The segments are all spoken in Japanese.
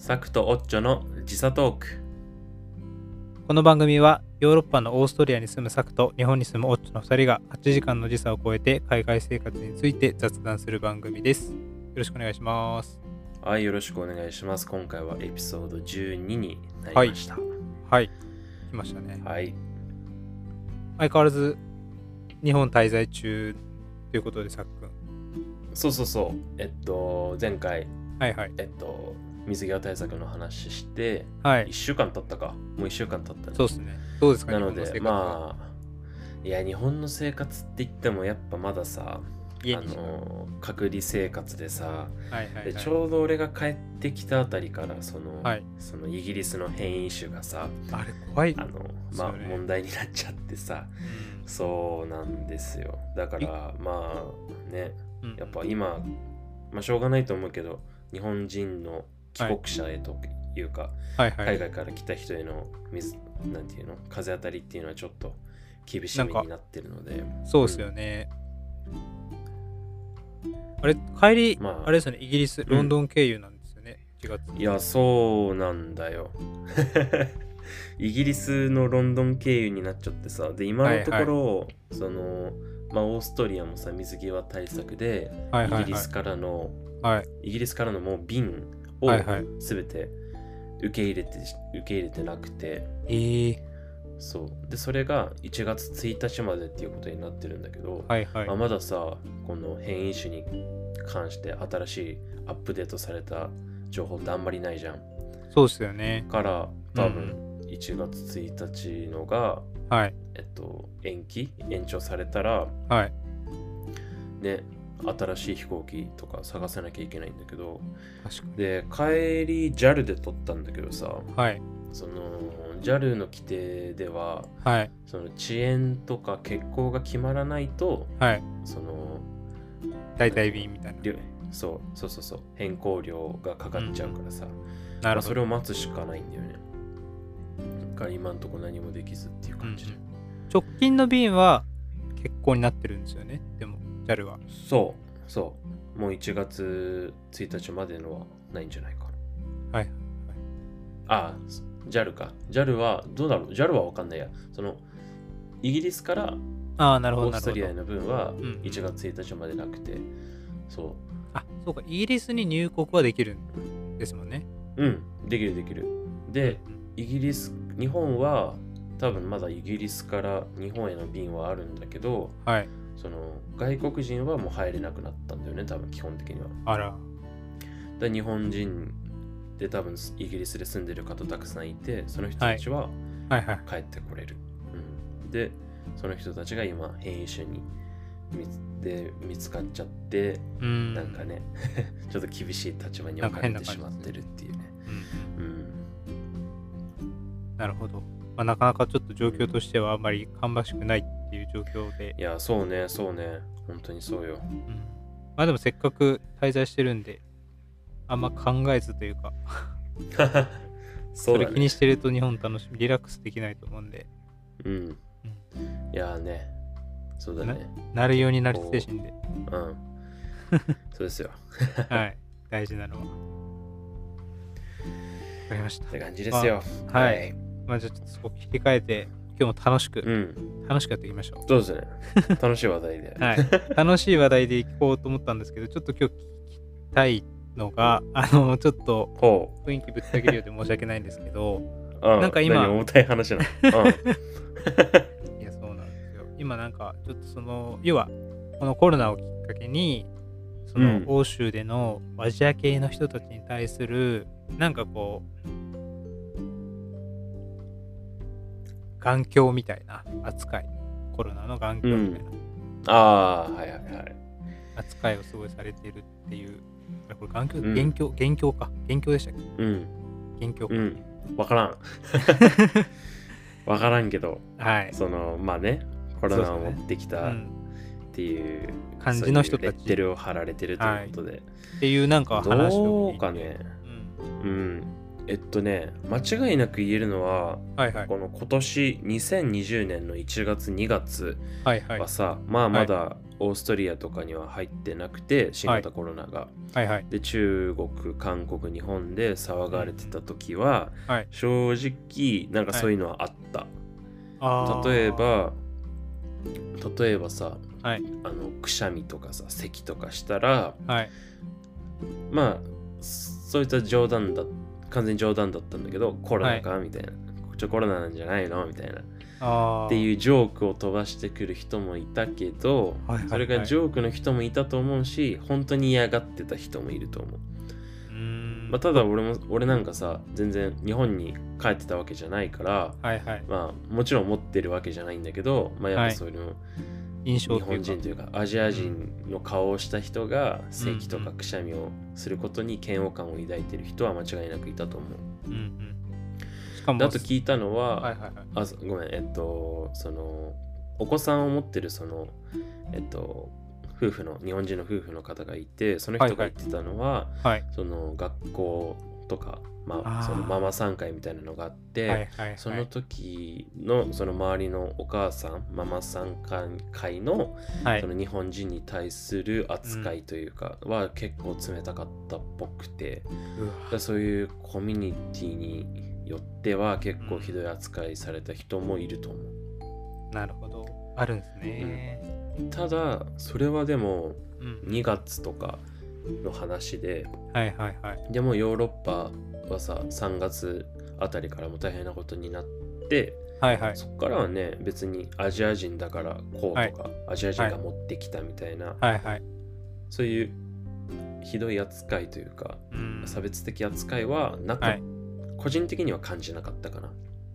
サクとオッチョの時差トーク。 この番組はヨーロッパのオーストリアに住むサクと日本に住むオッチョの2人が8時間の時差を超えて海外生活について雑談する番組です。よろしくお願いします。 はい、よろしくお願いします。今回はエピソード12になりました。 はい、来ましたね。 はい。 相変わらず日本滞在中ということで、サク君。 そう。前回、 はい。 水際対策の話して、 はい。 1週間経ったか。もう1週間経ったね。 そうですね。どうですか、 なので、 日本の生活まあ、いや、日本の生活って言ってもやっぱまださ、 家に隔離生活でさ、 はい。 でちょうど俺が帰ってきたあたりからそのイギリスの変異種がさ、 あれ怖い問題になっちゃってさ、そうなんですよ。だからまあね、やっぱ今、しょうがないと思うけど、日本人の帰国者へというか、海外から来た人へのなんていうの、風当たりっていうのはちょっと厳しめになってるので。 そうですよね。あれ、帰り、あれですよね、イギリス、ロンドン経由なんですよね、1月。 いや、そうなんだよ。イギリスのロンドン経由になっちゃってさ、で、今のところ、オーストリアもさ、水際対策で、イギリスからのもう便をすべて受け入れてなくて、そうで、それが1月1日までっていうことになってるんだけど、まださ、この変異種に関して新しいアップデートされた情報ってあんまりないじゃん。 そうですよね。 から多分1月1日のが、延長されたら、ね、新しい飛行機とか探さなきゃいけないんだけど、で、帰り JAL で取ったんだけどさ、その JAL の規定では、その遅延とか欠航が決まらないと、その代替便みたいな、 そう変更料がかかっちゃうからさ、それを待つしかないんだよね。だから今んとこ何もできずっていう感じで、 直近の便は欠航になってるんですよね。でも JAL はそうもう1月1日までのはないんじゃないかな。JAL はどうだろう。 JAL は分かんないや。そのイギリスからオーストリアへの分は1月1日までなくて、 そうか、イギリスに入国はできるんですもんね。 できる。で、日本は多分まだイギリスから日本への便はあるんだけど、その外国人はもう入れなくなったんだよね、多分基本的には。で、日本人で多分イギリスで住んでる方たくさんいて、その人たちは帰ってこれる。で、その人たちが今変異種に見つかっちゃって、なんかねちょっと厳しい立場に置かれてしまってるっていうね。 なるほど。なかなかちょっと状況としてはあんまり芳しくないっていう状況で。 いや、そうね本当にそうよ。 でもせっかく滞在してるんで、あんま考えずというかそれ気にしてると日本リラックスできないと思うんで。 いやね、そうだね。 なるようになる精神で。 そうですよ。 大事なのは。わかりました。 って感じですよ。 じゃあちょっとそこ切り替えて、今日も楽しくやっていきましょう。 そうですね。楽しい話題で。 楽しい話題でいこうと思ったんですけど、ちょっと今日聞きたいのが、ちょっと雰囲気ぶった切るようで申し訳ないんですけど、なんか今重たい話なの。 いや、そうなんですよ。今なんかちょっと要はこのコロナをきっかけに、その欧州でのアジア系の人たちに対するなんかこう眼鏡みたいな扱い、コロナの眼鏡みたいな、扱いをすごいされているっていう。これ眼鏡、元凶でしたっけ？元凶か。 わからんけど、そのコロナを持ってきたっていう感じの人たち、 レッテルを貼られてるということで、 っていうなんか話を聞いて、 どうかね。 間違いなく言えるのは、 はいはい。 この今年2020年の1月2月はいはい。 はさ、まだオーストリアとかには入ってなくて、新型コロナが。 はいはい。 で、中国、韓国、日本で騒がれてた時は、 はい。 正直、なんかそういうのはあった。 ああ。 例えばさ、 はい。 くしゃみとかさ、咳とかしたら、 はい。 まあ、そういった完全に冗談だったんだけど、コロナか、みたいな。コロナなんじゃないのみたいな。っていうジョークを飛ばしてくる人もいたけど、それがジョークの人もいたと思うし、本当に嫌がってた人もいると思う。ただ俺なんかさ、全然日本に帰ってたわけじゃないから、 はいはい。 もちろん持ってるわけじゃないんだけど、やっぱそういうの、日本人というかアジア人の顔をした人が咳とかくしゃみをすることに嫌悪感を抱いてる人は間違いなくいたと思う。しかもあと聞いたのは、ごめん、そのお子さんを持ってるその日本人の夫婦の方がいて、その人が言ってたのは、その学校とかそのママさん会みたいなのがあって、その時のその周りのお母さんママさん会の、その日本人に対する扱いというかは結構冷たかったっぽくて、そういうコミュニティによっては結構ひどい扱いされた人もいると思う。 なるほど、あるんですね。 ただそれはでも2月とかの話で、でもヨーロッパはさ3月あたりからも大変なことになって、そこからはね別にアジア人だからこうとか、アジア人が持ってきたみたいな、そういうひどい扱いというか、差別的扱いはなく、個人的には感じなかったかな。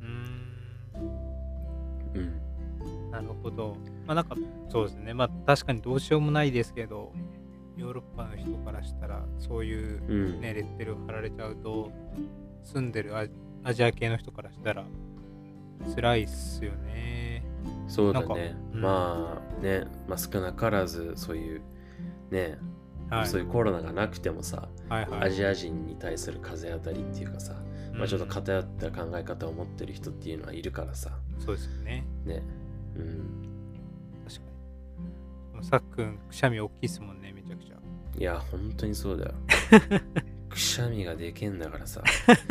なるほど。なんかそうですね。確かにどうしようもないですけど、ヨーロッパの人からしたらそういうね、レッテルを貼られちゃうと、住んでるアジア系の人からしたら辛いっすよね。 そうだね。少なからずそういうね、そういうコロナがなくてもさ、アジア人に対する風当たりっていうかさ、ちょっと偏った考え方を持ってる人っていうのはいるからさ。 そうですよね。 ね。 確かに。さっくん、くしゃみ大きいっすもんね、めちゃくちゃ。 いや、本当にそうだよ。くしゃみがでけんだからさ。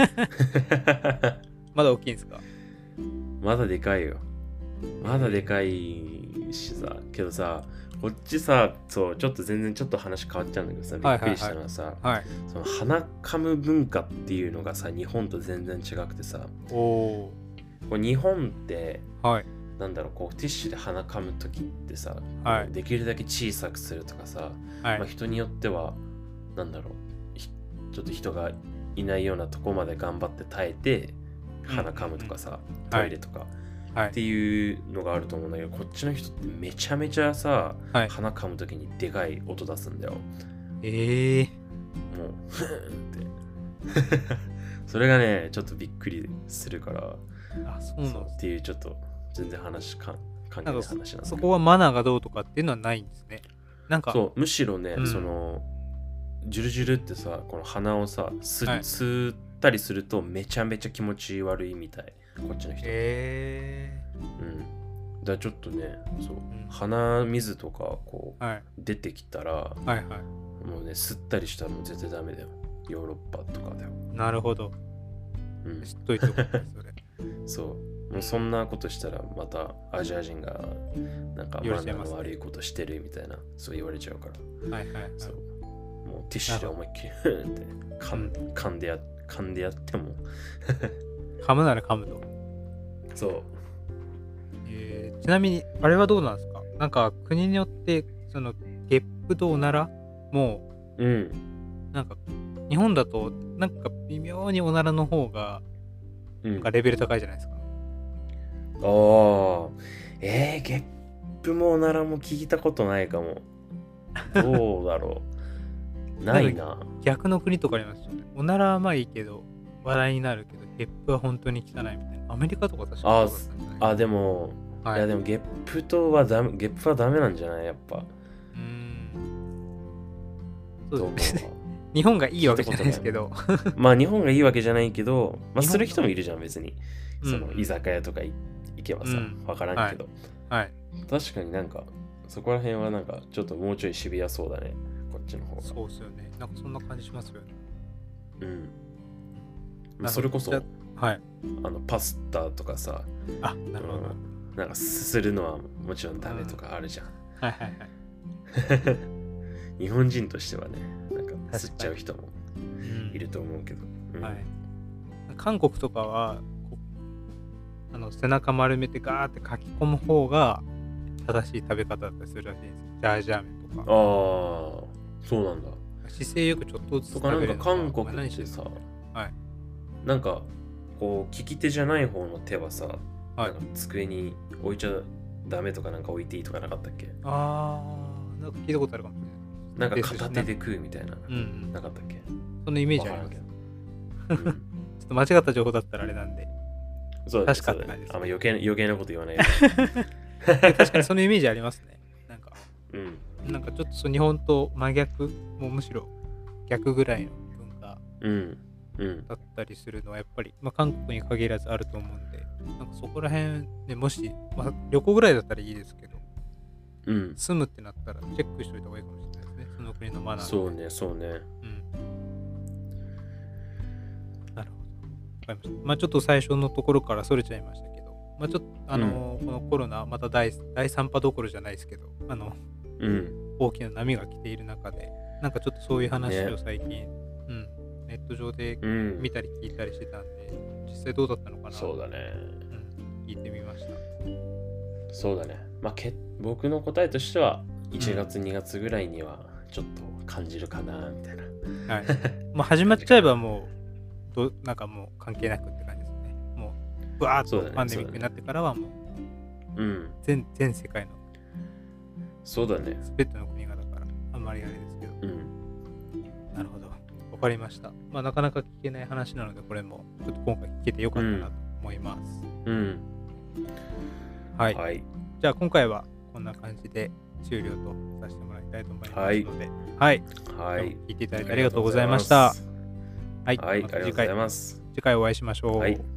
まだ大きいんですか？ まだでかいよ。まだでかいしさ、けどさ、こっちさ、そう、ちょっと全然ちょっと話変わっちゃうんだけどさ、びっくりしたのはさ、その鼻かむ文化っていうのがさ、日本と全然違くてさ、こう日本って、なんだろう、こうティッシュで鼻かむときってさ、できるだけ小さくするとかさ、人によっては、なんだろう、ちょっと人がいないようなとこまで頑張って耐えて、鼻かむとかさ、トイレとか、っていうのがあると思うんだけど、こっちの人ってめちゃめちゃさ、鼻かむときにでかい音出すんだよ。もう、ふーんって。それがね、ちょっとびっくりするから、 そうなんですっていうちょっと全然関係ない話なんだけど、 そこはマナーがどうとかっていうのはないんですね。なんかそう、むしろね、そのジュルジュルってさ、この鼻をさ吸ったりするとめちゃめちゃ気持ち悪いみたい、こっちの人。だからちょっとね、そう、鼻水とかこう、出てきたら、もうね、吸ったりしたらもう絶対ダメだよ。ヨーロッパとかだよ。 なるほど。知っといておくそれ。 そう。もうそんなことしたらまたアジア人がなんかマナーの悪いことしてるみたいな、そう言われちゃうから。そう。もうティッシュで思いっきりって噛んでやっても噛むなら噛むと。 そう。 ちなみにあれはどうなんですか？なんか国によってそのゲップとおならもなんか日本だとなんか微妙におならの方がなんかレベル高いじゃないですか。 ゲップもおならも聞いたことないかも。どうだろう。ないな。 逆の国とかありますよね。おならはまあいいけど話題になるけどゲップは本当に汚いみたいな。アメリカとか確かそうだったんじゃない？ でも、いやでもゲップはダメなんじゃない？やっぱ。 そうですね。 日本がいいわけじゃないですけど。 まあ日本がいいわけじゃないけど、まあする人もいるじゃん、別に。 うんその居酒屋とか行けばさ、わからんけど、 はい。 確かになんか、そこら辺はなんか、ちょっともうちょいシビアそうだね、こっちの方が。 そうっすよね。なんかそんな感じしますよね。 それこそ、 はい。 パスタとかさ、 なるほど。 なんかすするのはもちろんダメとかあるじゃん。 はいはいはい。 日本人としてはね、なんか吸っちゃう人もいると思うけど。 はい。韓国とかは背中丸めてガーって書き込む方が正しい食べ方だったりするらしいんですよ。ジャージャー麺とか。 ああ、そうなんだ。 姿勢よくちょっとずつ食べるのとかなんか韓国ってさ、 はい、なんかこう利き手じゃない方の手はさ、なんか机に置いちゃダメとかなんか置いていいとかなかったっけ？ なんか聞いたことあるかもしれない。なんか片手で食うみたいな、なかったっけ？ そのイメージありますけど。ちょっと間違った情報だったらあれなんで。 そうだね。 確かって感じです。 あんま余計なこと言わないで。 確かにそのイメージありますね。なんかちょっと日本と真逆、もうむしろ逆ぐらいの文化だったりするのはやっぱり、韓国に限らずあると思うんで、なんかそこら辺でもし、旅行ぐらいだったらいいですけど、住むってなったらチェックしといた方がいいかもしれないですね。その国のマナー。 そうね。 なるほど。わかりました。ちょっと最初のところからそれちゃいましたけど、ちょっとこのコロナ、また第3波どころじゃないですけど、大きな波が来ている中で、なんかちょっとそういう話を最近、ネット上で見たり聞いたりしてたんで、実際どうだったのかな。 そうだね。 聞いてみました。 そうだね。僕の答えとしては、1月、2月ぐらいにはちょっと感じるかな、みたいな。 はい。始まっちゃえばもう、なんかもう関係なくって感じですね。もう、ブワーッとパンデミックになってからはもう、全世界の、 そうだね。 すべての国がだから、あんまりあれですけど。なるほど。わかりました。なかなか聞けない話なので、これも、ちょっと今回聞けてよかったなと思います。はい。じゃあ今回はこんな感じで終了とさせてもらいたいと思いますので、はい。聞いていただいてありがとうございました。はい。 ありがとうございます。 次回お会いしましょう。 はい。